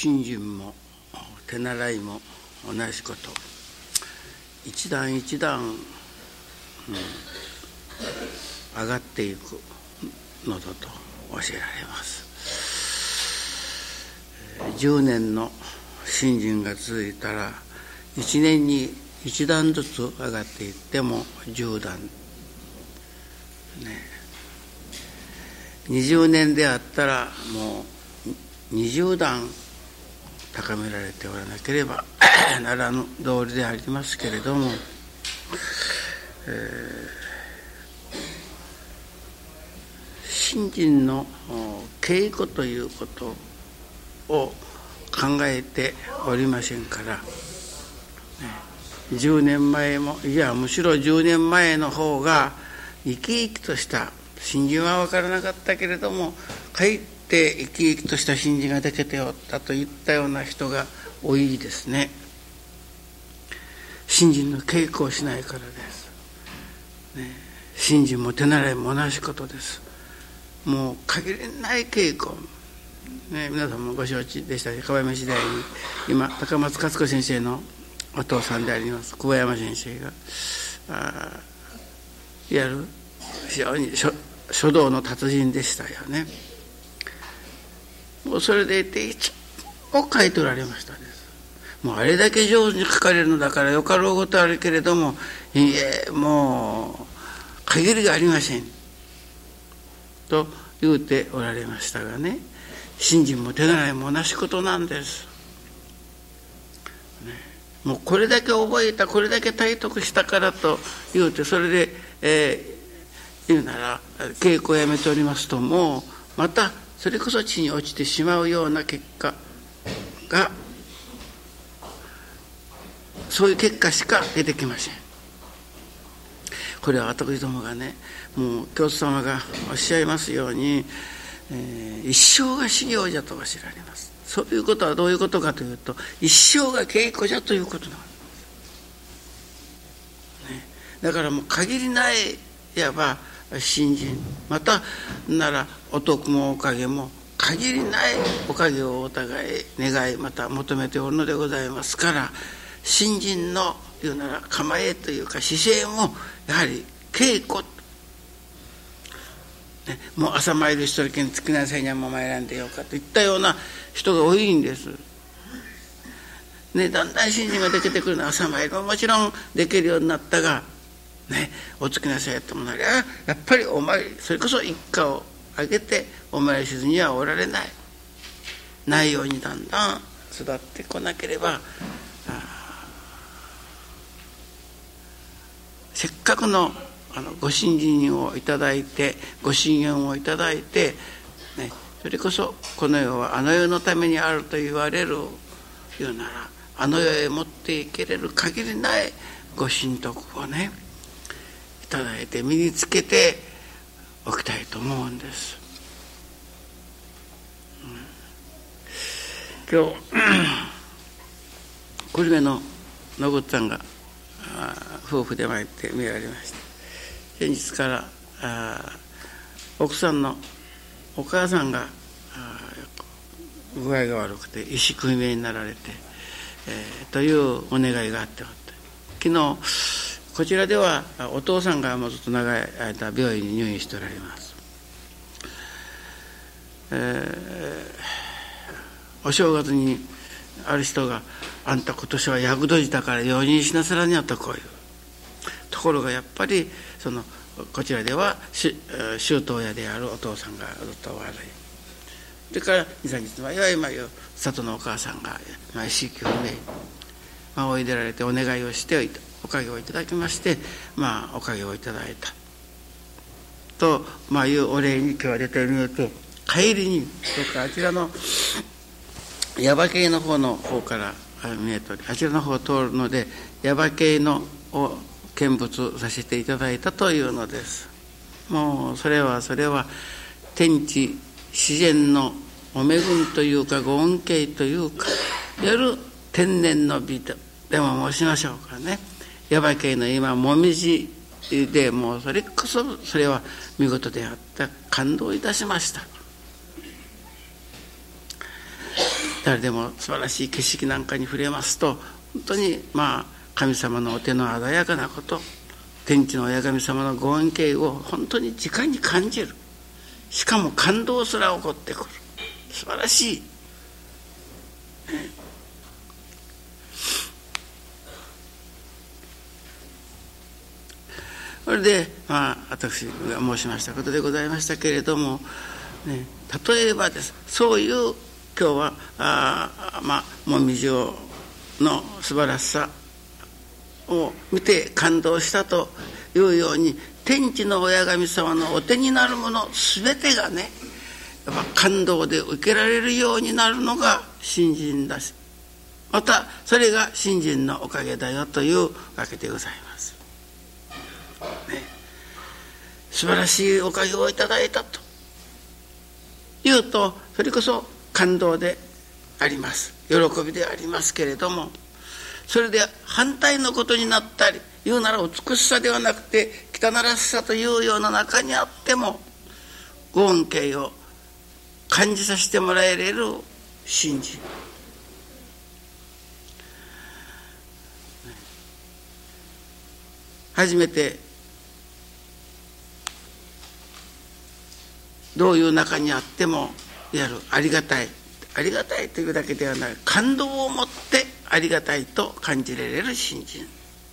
信心も手習いも同じこと、一段一段、上がっていくのだと教えられます。10年の信心が続いたら、1年に1段ずつ上がっていっても10段、20年であったらもう20段高められておらなければならぬ道理でありますけれども、信心の稽古ということを考えておりませんから、10年前も、いやむしろ10年前の方が生き生きとした、信心は分からなかったけれどもかえって生き生きとした信心ができておったといったような人が多いですね。信心の稽古をしないからです、信心も手習いも同じことです。もう限りない稽古、皆さんもご承知でしたし、川山時代に今高松勝子先生のお父さんであります久保山先生がやる非常に書道の達人でしたよね。もうそれでいて一応書いておられましたです。もうあれだけ上手に書かれるのだからよかろうことあるけれども、いいえもう限りがありませんと言うておられましたがね、信心も手習いも同じことなんです、もうこれだけ覚えた、これだけ体得したからと言うて、それで、言うなら稽古をやめておりますと、もうまたそれこそ地に落ちてしまうような結果が、そういう結果しか出てきません。これは私どもがね、もう教祖様がおっしゃいますように、一生が修行じゃと教えられます。そういうことはどういうことかというと、一生が稽古じゃということなんです、だからもう限りない、いわば信心、またならお徳もおかげも限りないおかげをお互い願い、また求めておるのでございますから、信心のいうなら構えというか姿勢もやはり稽古、もう朝参りしとるけん月なさいにはもう参らんでようかといったような人が多いんです、だんだん信心ができてくるのは、朝参りももちろんできるようになったが、お月なさいともなりゃやっぱりお参り、それこそ一家を挙げてお参りしずにはおられないようにだんだん育ってこなければ、せっかくのご信心をいただいて、ご信言をいただいて、それこそこの世はあの世のためにあると言われるいうなら、あの世へ持っていけれる限りないご神徳をいただいて身につけておきたいと思うんです、今日久留米の野口さんが夫婦で参って見られました。先日から奥さんのお母さんが具合が悪くて意識不明になられて、というお願いがあっておって、昨日こちらではお父さんがもうずっと長い間病院に入院しておられます、お正月にある人が、あんた今年は厄年だから養生しなさらにゃとこういうところが、やっぱりこちらでは周到屋であるお父さんがずっと悪い。それから23日の今いう里のお母さんが意識不明、おいでられてお願いをしておかげをいただきまして、おかげをいただいたと、いうお礼に今日は出てみると、帰りにあちらの耶馬渓の方から見えており、あちらの方を通るので耶馬渓のを見物させていただいたというのです。もうそれは天地自然のお恵みというかご恩恵というか、やる天然の美でも申しましょうかね。耶馬渓の今もみじで、もうそれこそそれは見事であった。感動いたしました。 誰でも素晴らしい景色なんかに触れますと、本当に神様のお手の鮮やかなこと、天地の親神様のご恩恵を本当に直に感じる。しかも感動すら起こってくる。素晴らしい。それで私が申しましたことでございましたけれども、ね、例えばです、そういう今日はもみじの素晴らしさを見て感動したというように、天地の親神様のお手になるもの全てがね、やっぱ感動で受けられるようになるのが信心だし、またそれが信心のおかげだよというわけでございます、ね、素晴らしいおかげをいただいたというと、それこそ感動であります、喜びでありますけれども、それで反対のことになったり、言うなら美しさではなくて汚らしさというような中にあっても、ご恩恵を感じさせてもらえる信心、初めてどういう中にあってもいわゆるありがたいというだけではない、感動を持ってありがたいと感じられる信心。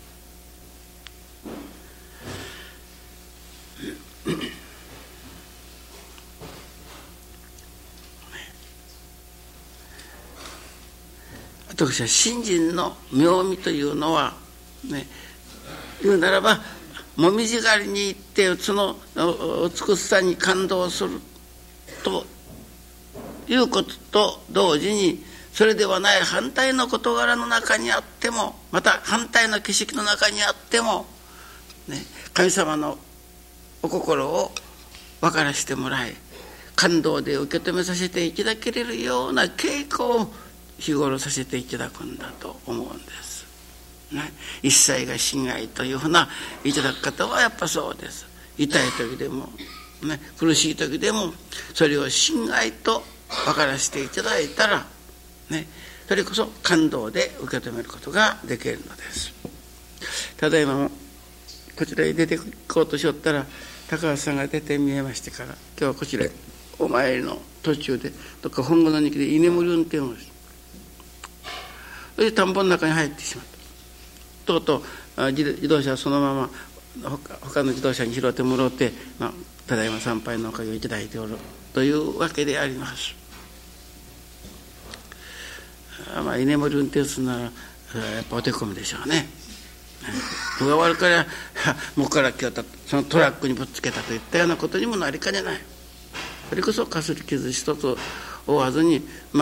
私は信心の妙味というのはね、言うならばもみじ狩りに行ってその美しさに感動するということと同時に、それではない反対の事柄の中にあっても、また反対の景色の中にあっても、ね、神様のお心を分からせてもらい、感動で受け止めさせていただけれるような稽古を日頃させていただくんだと思うんです、ね、一切が親愛というふうないただく方はやっぱそうです。痛い時でも、ね、苦しい時でもそれを親愛と分からせていただいたら、ね、それこそ感動で受け止めることができるのです。ただいまもこちらへ出てこうとしよったら、高橋さんが出て見えましてから、今日はこちらへお参りの途中でどっか本郷の日記で居眠り運転をして、それで田んぼの中に入ってしまった。とうとう自動車はそのまま他の自動車に拾ってもろうて、ただいま参拝のおかげをいただいておるというわけであります。居眠り運転するならやっぱお手込みでしょうね。分が悪から向こうから来よったそのトラックにぶつけたといったようなことにもなりかねない。それこそかすり傷一つ負わずに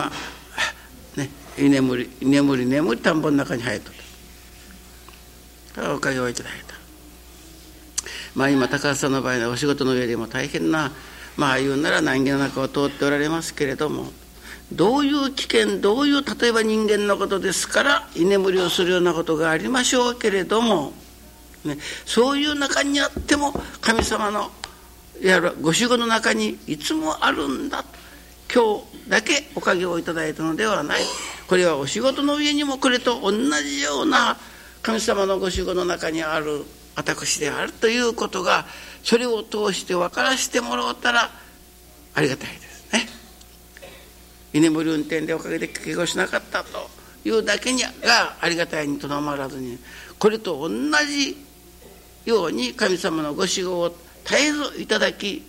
居眠り田んぼの中に入っとった。おかげをいただいた。今高橋さんの場合はお仕事の上でも大変な言うなら難儀の中を通っておられますけれども、どういう危険、どういう例えば人間のことですから居眠りをするようなことがありましょうけれども、ね、そういう中にあっても神様のご守護の中にいつもあるんだ。今日だけおかげをいただいたのではない。これはお仕事の上にもこれと同じような神様のご守護の中にある私であるということが、それを通して分からせてもらったらありがたいですね。居眠り運転でおかげで怪我しなかったというだけがありがたいにとどまらずに、これと同じように神様のご守護を絶えずいただき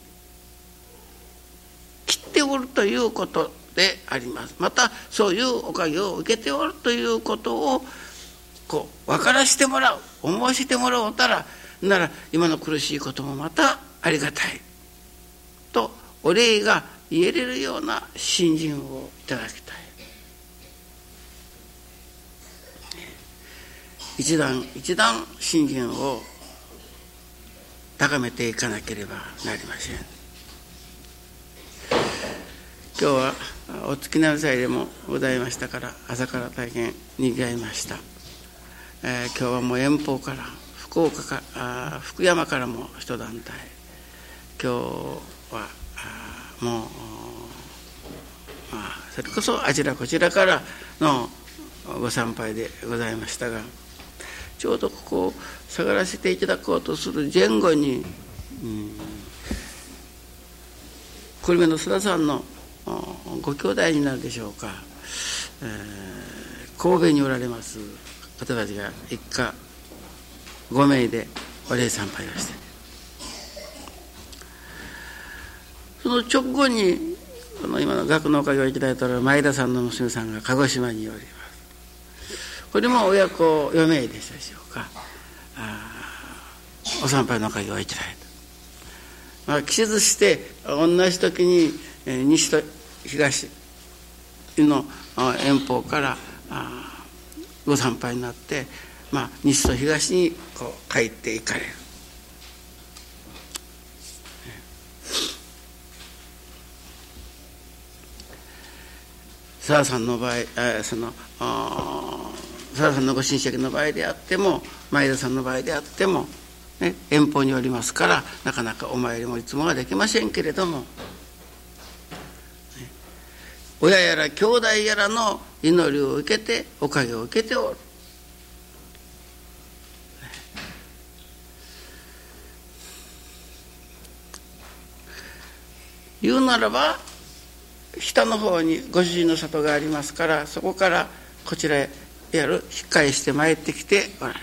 切っておるということであります。またそういうおかげを受けておるということを分からせてもらう、思わせてもらおうたらなら、今の苦しいこともまたありがたいとお礼が言えれるような信心をいただきたい。一段一段信心を高めていかなければなりません。今日はお月なる祭でもございましたから、朝から大変にぎわいました。今日はもう遠方から福山からも一団体、今日はもうそれこそあちらこちらからのご参拝でございましたが、ちょうどここを下がらせていただこうとする前後に、久留米の須田さんのご兄弟になるでしょうか、神戸におられます方たちが一家5名でお礼参拝をして、その直後に今の学のおかげをいただいた前田さんの娘さんが鹿児島におります。これも親子4名でしたでしょうか。お参拝のおかげをいただいた。季節して同じ時に西と東の遠方からご参拝になって、西と東にこう帰っていかれる。澤さんの場合、澤さんのご親戚の場合であっても前田さんの場合であっても、ね、遠方におりますからなかなかお参りもいつもはできませんけれども、ね、親やら兄弟やらの祈りを受けておかげを受けておる。言うならば北の方にご主人の里がありますから、そこからこちらへ引っ返して参ってきておられる。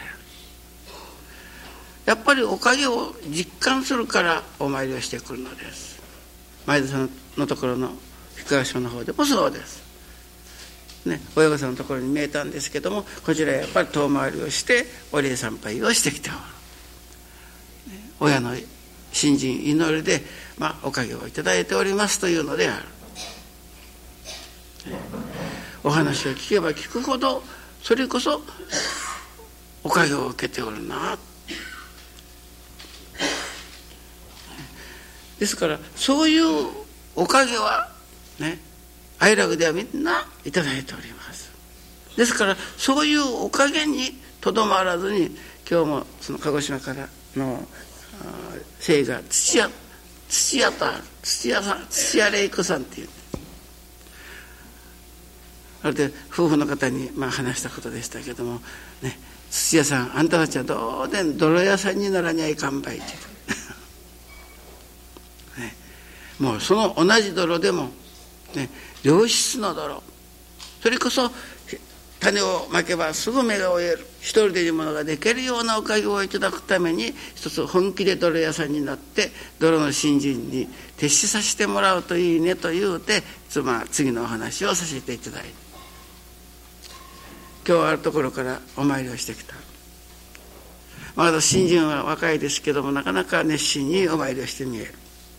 やっぱりおかげを実感するからお参りをしてくるのです。前田さんのところの氷川島の方でもそうです、ね、親御さんのところに見えたんですけども、こちらへやっぱり遠回りをしてお礼参拝をしてきておる、ね、親の信心祈りで、おかげをいただいておりますというのである。お話を聞けば聞くほどそれこそおかげを受けておるな。ですからそういうおかげはね、愛楽ではみんないただいております。ですからそういうおかげにとどまらずに、今日もその鹿児島からの生が土屋とある、土屋玲子さんっていう、あれで夫婦の方に話したことでしたけども、ね、土屋さん、あんたたちはどうでん泥屋さんにならにゃいかんばいってね、もうその同じ泥でも、ね、良質の泥、それこそ種をまけばすぐ芽が終える、一人でいるものができるようなおかげをいただくために、一つ本気で泥屋さんになって泥の新人に徹しさせてもらうといいねと言うて、次のお話をさせていただいて、今日あるところからお参りをしてきた。まだ新人は若いですけども、なかなか熱心にお参りをしてみえる。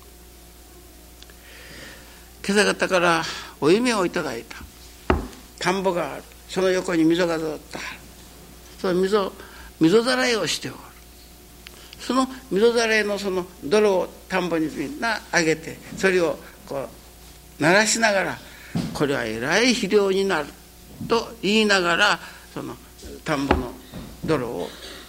今朝方からお夢をいただいた。田んぼがある、その横に溝がずっとある。その溝ざらいをしておる。その溝ざらいのその泥を田んぼにみんなあげて、それをこう鳴らしながら、これはえらい肥料になると言いながら、その田んぼの泥を、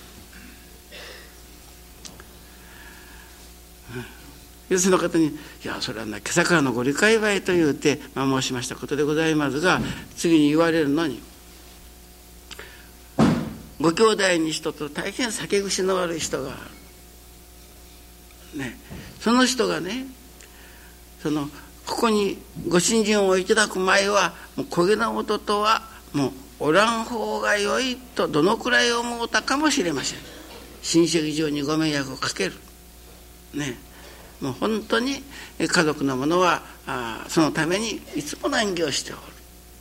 その方に「いやそれはな、今朝からのご理解ばい」と言うて、申しましたことでございますが、次に言われるのに、ご兄弟に一つ大変酒癖の悪い人がある、ね、その人がね、ここにご信心をいただく前はもう焦げの元とはもうおらん方がよいとどのくらい思うたかもしれません。親戚上にご迷惑をかける、ね、もう本当に家族の者はそのためにいつも難儀をしておる。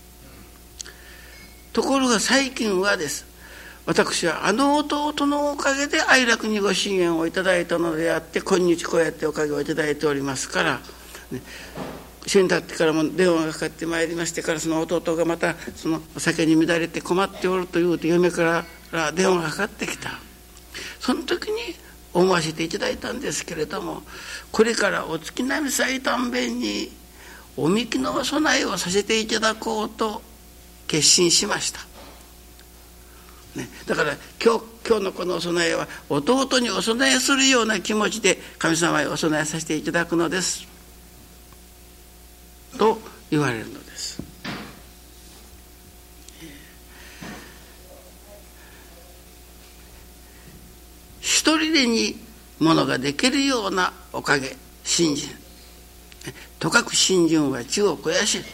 ところが最近はです、私はあの弟のおかげで愛楽にご支援をいただいたのであって、今日こうやっておかげをいただいておりますから、ね、一緒に立ってからも電話がかかってまいりましてから、その弟がまたそのお酒に乱れて困っておるというと嫁から電話がかかってきた。その時に思わせていただいたんですけれども、これからお月並み祭誕弁におみきの備えをさせていただこうと決心しました、ね、だから今日のこのお供えは弟にお供えするような気持ちで神様へお供えさせていただくのですと言われるのです。 一人でにものができるようなおかげ信心、とかく信心は地を肥やし、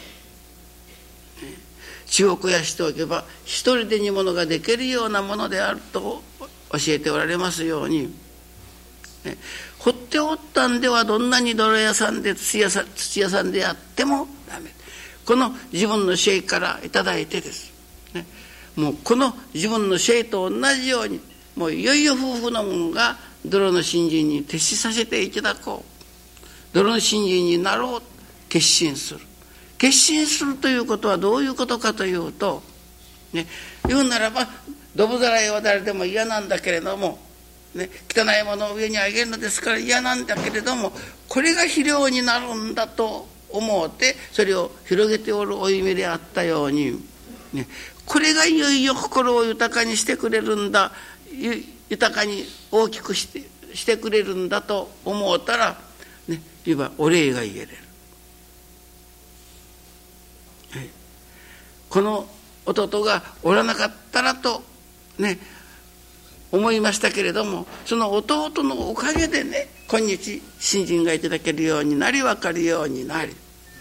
地を肥やしておけば一人でにものができるようなものであると教えておられますように、掘っておったんではどんなに泥屋さんで土屋さんであってもダメ。この自分のシェイからいただいてです、もうこの自分のシェイと同じように、もういよいよ夫婦の者が泥の信心に徹しさせていただこう、泥の信心になろう、決心する。決心するということはどういうことかというと、言うならばドブ皿は誰でも嫌なんだけれども、汚いものを上に上げるのですから嫌なんだけれども、これが肥料になるんだと思うてそれを広げておるお夢であったように、これがいよいよ心を豊かにしてくれるんだ、豊かに大きくしてくれるんだと思うたら、いわばお礼が言えれる。この弟がおらなかったらと思いましたけれども、その弟のおかげで今日信心がいただけるようになり、分かるようになり、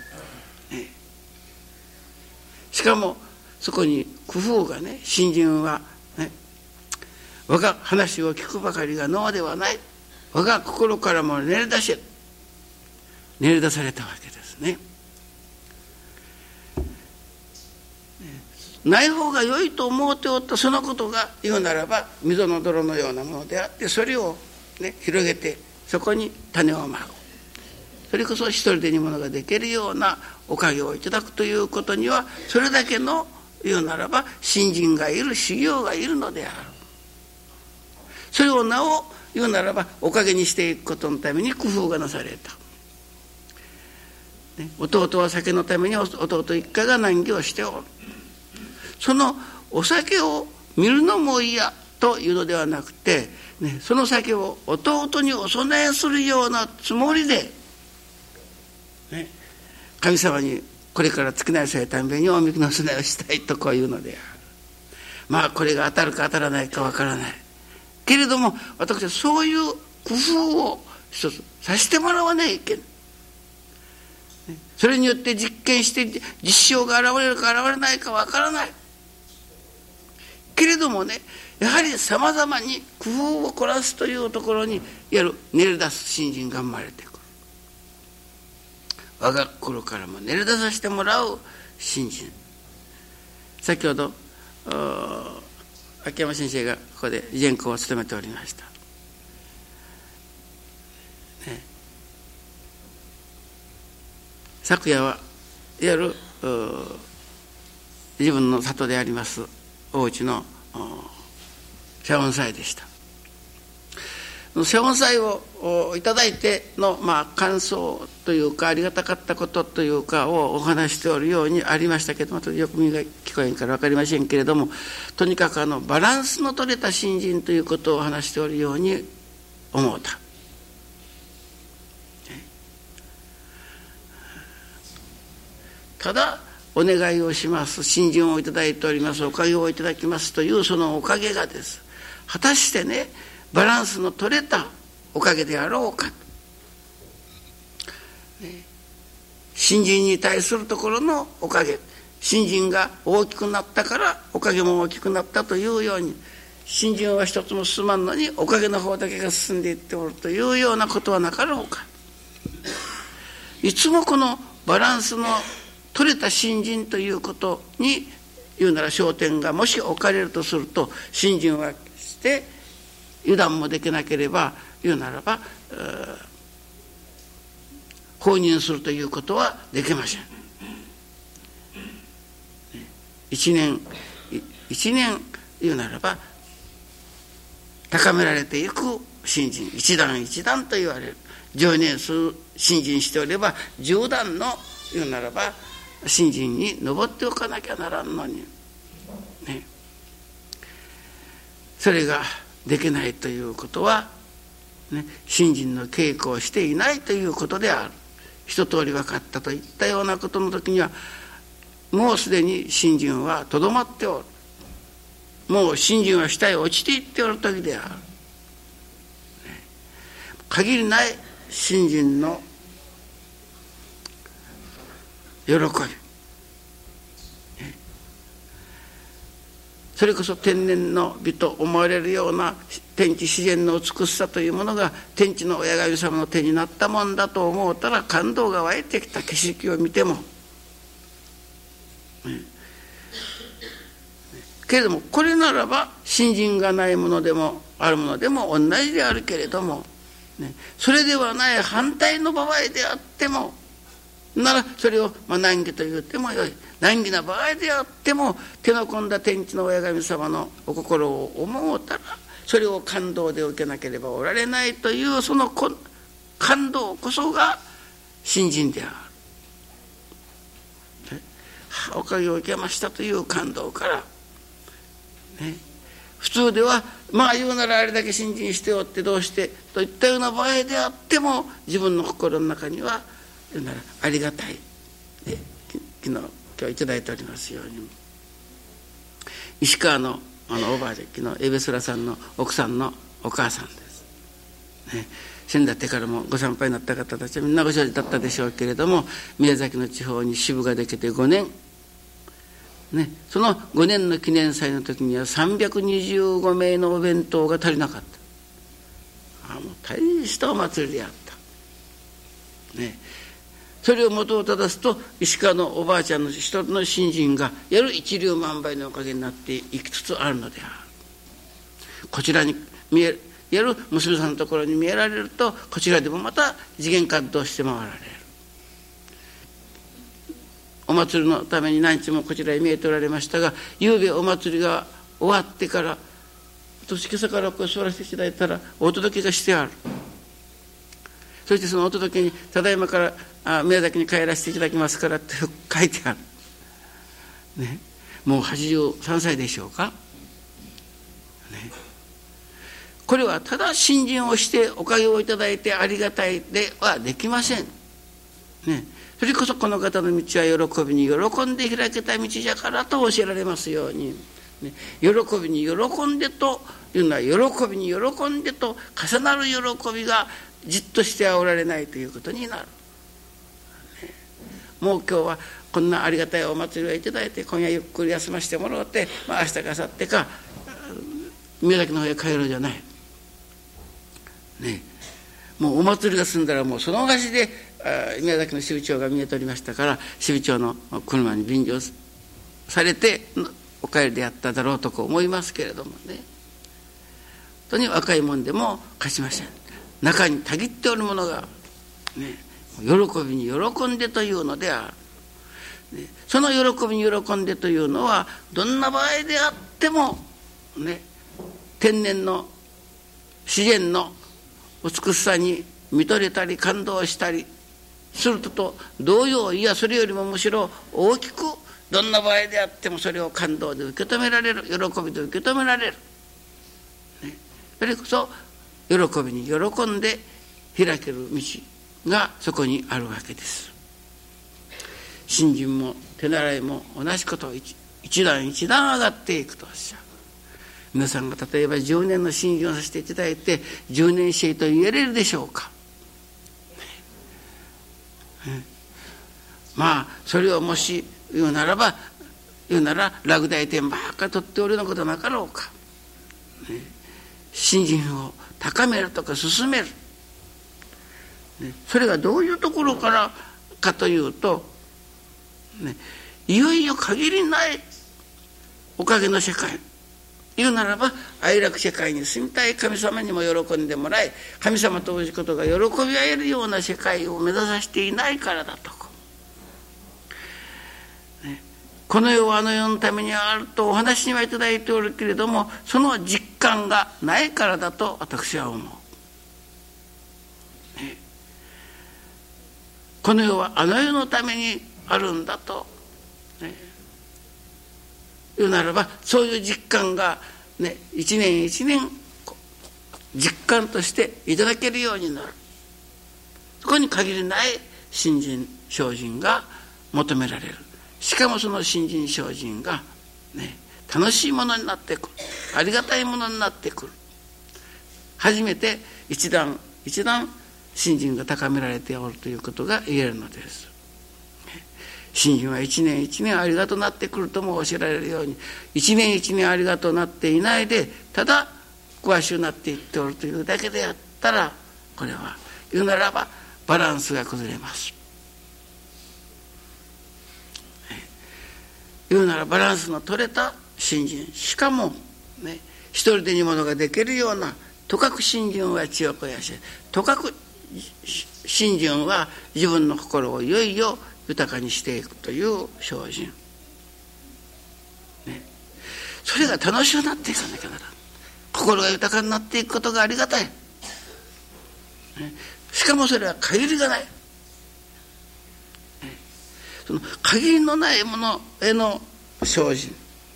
しかもそこに工夫が信心は我が話を聞くばかりが能ではない、我が心からも練り出されたわけですね。ない方が良いと思うておったそのことが、言うならば溝の泥のようなものであって、それを広げてそこに種をまく、それこそ一人でにものができるようなおかげをいただくということには、それだけの言うならば信心がいる、修行がいるのである。それをなお言うならばおかげにしていくことのために工夫がなされた。弟は酒のために弟一家が難儀をしておる。そのお酒を見るのも嫌というのではなくて、その酒を弟にお供えするようなつもりで、神様にこれから尽きないさえためにおみくの供えをしたいとこういうのである。まあこれが当たるか当たらないかわからないけれども、私はそういう工夫を一つさせてもらわないといけない。それによって実験して実証が現れるか現れないかわからないけれどもやはりさまざまに工夫を凝らすというところに練り出す信心が生まれてくる。我が心からも練り出させてもらう信心。先ほど秋山先生がここで慈善校を務めておりました、昨夜はいわゆる自分の里であります大内の謝恩祭でした。謝恩祭をいただいての、感想というかありがたかったことというかをお話しておるようにありましたけども、よく耳が聞こえんから分かりませんけれども、とにかくバランスの取れた信心ということを話しておるように思うた。ただお願いをします、信心をいただいております、おかげをいただきますというそのおかげがです、果たしてバランスの取れたおかげであろうか、信心に対するところのおかげ、信心が大きくなったからおかげも大きくなったというように、信心は一つも進まんのにおかげの方だけが進んでいっておるというようなことはなかろうか。いつもこのバランスの取れた信心ということに言うなら焦点がもし置かれるとすると、信心はして油断もできなければ言うならば放任するということはできません。一年言うならば高められていく信心、一段一段と言われる。10年数信心しておれば10段の言うならば信心に登っておかなきゃならんのに、それができないということは、信心の稽古をしていないということである。一通り分かったといったようなことの時にはもうすでに信心はとどまっておる。もう信心は下へ落ちていっておる時である。 限りない信心の喜び、それこそ天然の美と思われるような天地自然の美しさというものが天地の親神様の手になったもんだと思うたら感動が湧いてきた。景色を見ても、けれどもこれならば信心がないものでもあるものでも同じであるけれども、それではない反対の場合であってもならそれを難儀と言ってもよい。難儀な場合であっても手の込んだ天地の親神様のお心を思うたらそれを感動で受けなければおられないというその感動こそが信心である。おかげを受けましたという感動から、普通では言うならあれだけ信心しておってどうしてといったような場合であっても自分の心の中には言うならありがたい、今日いただいておりますように石川のおばあちゃんのエベスラさんの奥さんのお母さんです、死んだってからもご参拝になった方たちはみんなご承知だったでしょうけれども、宮崎の地方に支部ができて5年、その5年の記念祭の時には325名のお弁当が足りなかった。もう大したお祭りであった、それを元を正すと石川のおばあちゃんの一人の信心がやる一粒万倍のおかげになっていきつつあるのである。こちらにやる娘さんのところに見えられるとこちらでもまた次元活動して回られる。お祭りのために何日もこちらへ見えておられましたが、夕べお祭りが終わってから私今朝からここ座らせていただいたらお届けがしてある。そしてそのお届けにただいまから宮崎に帰らせていただきますからって書いてある、もう83歳でしょうか、これはただ信心をしておかげをいただいてありがたいではできません、それこそこの方の道は喜びに喜んで開けた道じゃからと教えられますように、喜びに喜んでというのは喜びに喜んでと重なる喜びがじっとしてはおられないということになる。もう今日はこんなありがたいお祭りをいただいて今夜ゆっくり休ませてもらって、明日か明後日か宮崎の方へ帰るじゃない、もうお祭りが済んだらもうその足で宮崎の支部長が見えておりましたから支部長の車に便乗されてお帰りでやっただろうと思いますけれども本当に若いもんでも勝ちません。中にたぎっておるものが、喜びに喜んでというのである、その喜びに喜んでというのはどんな場合であっても、天然の自然の美しさに見とれたり感動したりすると同様、いやそれよりもむしろ大きくどんな場合であってもそれを感動で受け止められる、喜びで受け止められる、それこそ喜びに喜んで開ける道がそこにあるわけです。信心も手習いも同じことを一段一段上がっていくとおっしゃる。皆さんが例えば10年の信心をさせていただいて10年生と言えれるでしょうか、それをもし言うなら落第点ばっかり取っておるようなことなかろうか、信心を高めるとか進める、それがどういうところからかというと、いよいよ限りないおかげの世界、言うならば愛楽世界に住みたい、神様にも喜んでもらい神様と同じことが喜び合えるような世界を目指させていないからだと、この世はあの世のためにあるとお話にはいただいておるけれどもその実感がないからだと私は思う、この世はあの世のためにあるんだと、言うならばそういう実感が、一年一年実感としていただけるようになる。そこに限りない信心精進が求められる。しかもその信心精進が、楽しいものになってくる、ありがたいものになってくる。初めて一段一段信心が高められておるということが言えるのです。信心は一年一年ありがとうなってくるとも教えられるように、一年一年ありがとうなっていないでただ詳しくなっていっておるというだけであったら、これは言うならばバランスが崩れます。言うならバランスの取れた信心、しかもね、一人でにものができるようなとかく信心は強くやし、とかく信心は自分の心をいよいよ豊かにしていくという精進、ね、それが楽しくなっていかなきゃならない。心が豊かになっていくことがありがたい、ね、しかもそれは限りがない、ね、その限りのないものへの精進、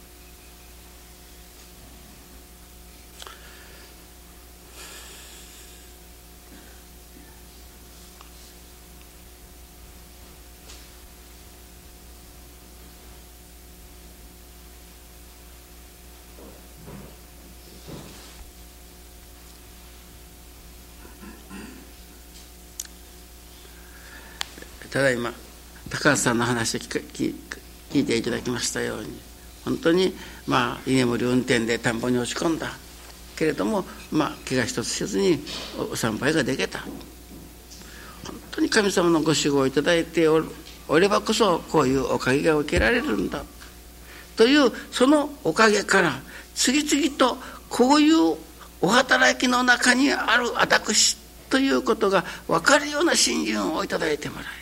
ただいま高橋さんの話を聞いていただきましたように、本当に居眠り運転で田んぼに落ち込んだけれども、怪我一つせずにお参拝ができた。本当に神様のご守護をいただいておればこそこういうおかげが受けられるんだという、そのおかげから次々とこういうお働きの中にある私ということが分かるような信心をいただいてもらいたい。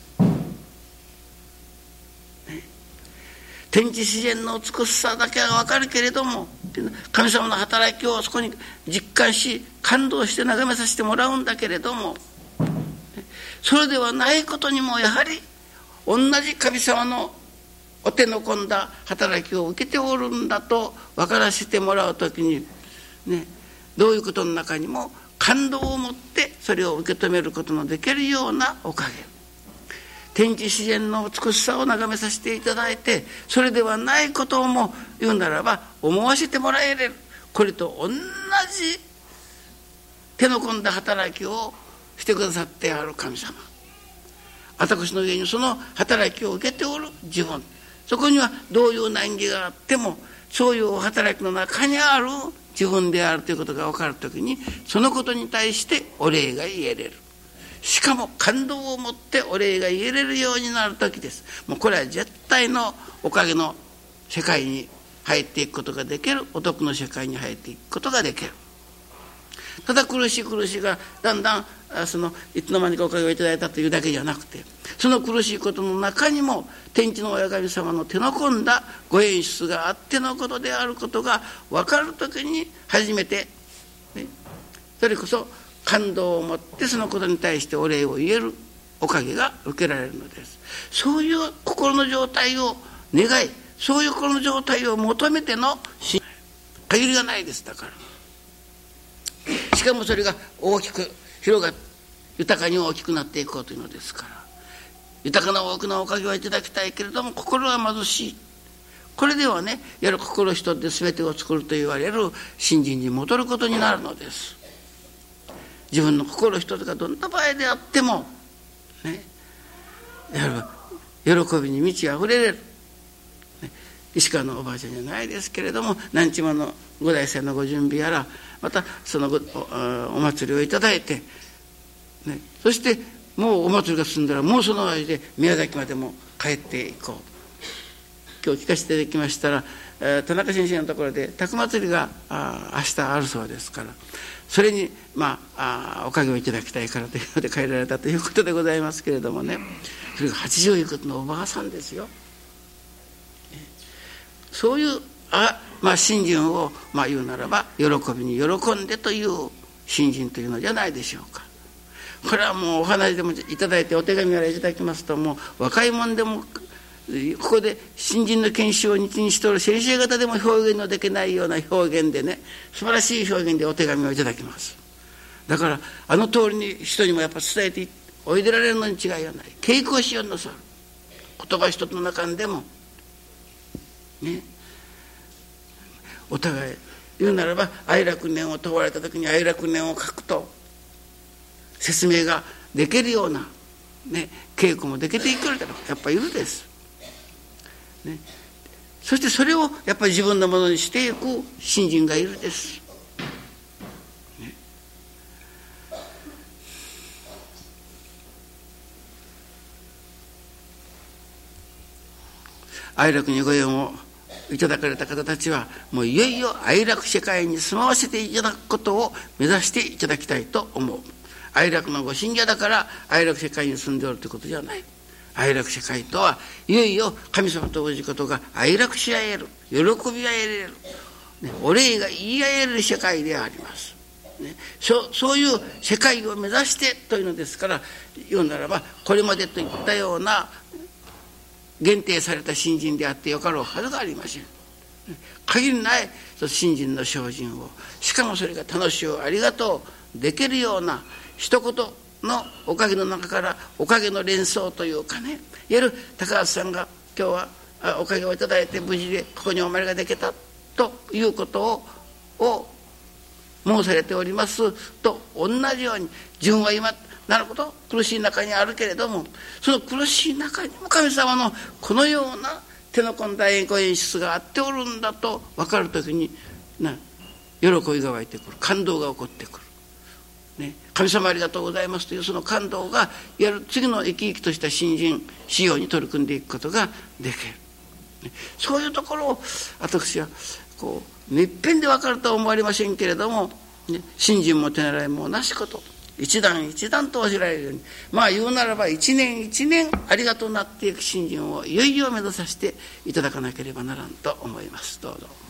天地自然の美しさだけは分かるけれども、神様の働きをそこに実感し感動して眺めさせてもらうんだけれども、それではないことにもやはり同じ神様のお手の込んだ働きを受けておるんだと分からせてもらうときにね、どういうことの中にも感動を持ってそれを受け止めることのできるようなおかげ、天地自然の美しさを眺めさせていただいて、それではないことをも言うならば思わせてもらえる、これと同じ手の込んだ働きをしてくださってある神様、私の上にその働きを受けておる自分、そこにはどういう難儀があってもそういう働きの中にある自分であるということが分かるときに、そのことに対してお礼が言えれる、しかも感動を持ってお礼が言えれるようになるときです。もうこれは絶対のおかげの世界に入っていくことができる、お得の世界に入っていくことができる。ただ苦しいがだんだんいつの間にかおかげをいただいたというだけじゃなくて、その苦しいことの中にも天地の親神様の手の込んだご演出があってのことであることが分かるときに初めて、ね、それこそ感動を持ってそのことに対してお礼を言えるおかげが受けられるのです。そういう心の状態を願い、そういう心の状態を求めての信限りがないです。だからしかもそれが大きく広がって豊かに大きくなっていこうというのですから、豊かな多くのおかげをいただきたいけれども心は貧しい、これではね、やる心一つで全てを作ると言われる信心に戻ることになるのです。自分の心一つがどんな場合であってもね、喜びに満ち溢れる、ね、石川のおばあちゃんじゃないですけれども、南知間の五代生のご準備やら、またその お祭りをいただいて、ね、そしてもうお祭りが進んだらもうその間で宮崎までも帰っていこう。今日聞かせていただきましたら、田中先生のところで宅祭りが明日あるそうですから、それにおかげをいただきたいからというので帰られたということでございますけれどもね、それが80いくつのおばあさんですよ。そういう信心を言うならば喜びに喜んでという信心というのじゃないでしょうか。これはもうお話でもいただいてお手紙からいただきますと、もう若いもんでもここで信心の検証を日にしておる先生方でも表現のできないような表現でね、素晴らしい表現でお手紙をいただきます。だからあの通りに人にもやっぱ伝えておいでられるのに違いはない。稽古をしようなさる言葉一つの中でもね、お互い言うならば愛楽念を問われた時に愛楽念を書くと説明ができるような、ね、稽古もできていく人がやっぱりいるです、ね、そしてそれをやっぱり自分のものにしていく信心がいるです、ね、愛楽にご縁をいただかれた方たちはもういよいよ愛楽世界に住まわせていただくことを目指していただきたいと思う。愛楽のご信者だから愛楽世界に住んでおるということじゃない。愛楽世界とはいよいよ神様と同じことが愛楽し合える、喜び合えれる、ね、お礼が言い合える世界であります、ね、そういう世界を目指してというのですから、言うならばこれまでといったような限定された信心であってよかろうはずがありません。限りない信心の精進を、しかもそれが楽しゅうありがとうできるような一言のおかげの中からおかげの連想というかね、いわゆる高橋さんが今日はおかげをいただいて無事でここにお参りができたということを申されておりますと同じように、自分は今なるほど苦しい中にあるけれども、その苦しい中にも神様のこのような手の込んだご演出があっておるんだと分かるときに喜びが湧いてくる、感動が起こってくる、ね、神様ありがとうございますというその感動がやる次の生き生きとした信心使用に取り組んでいくことができる、ね、そういうところを私はこう一遍で分かるとは思われませんけれども、ね、信心も手習いもなしこと一段一段と教えられるように、言うならば一年一年ありがとうなっていく信心をいよいよ目指させていただかなければならんと思います。どうぞ。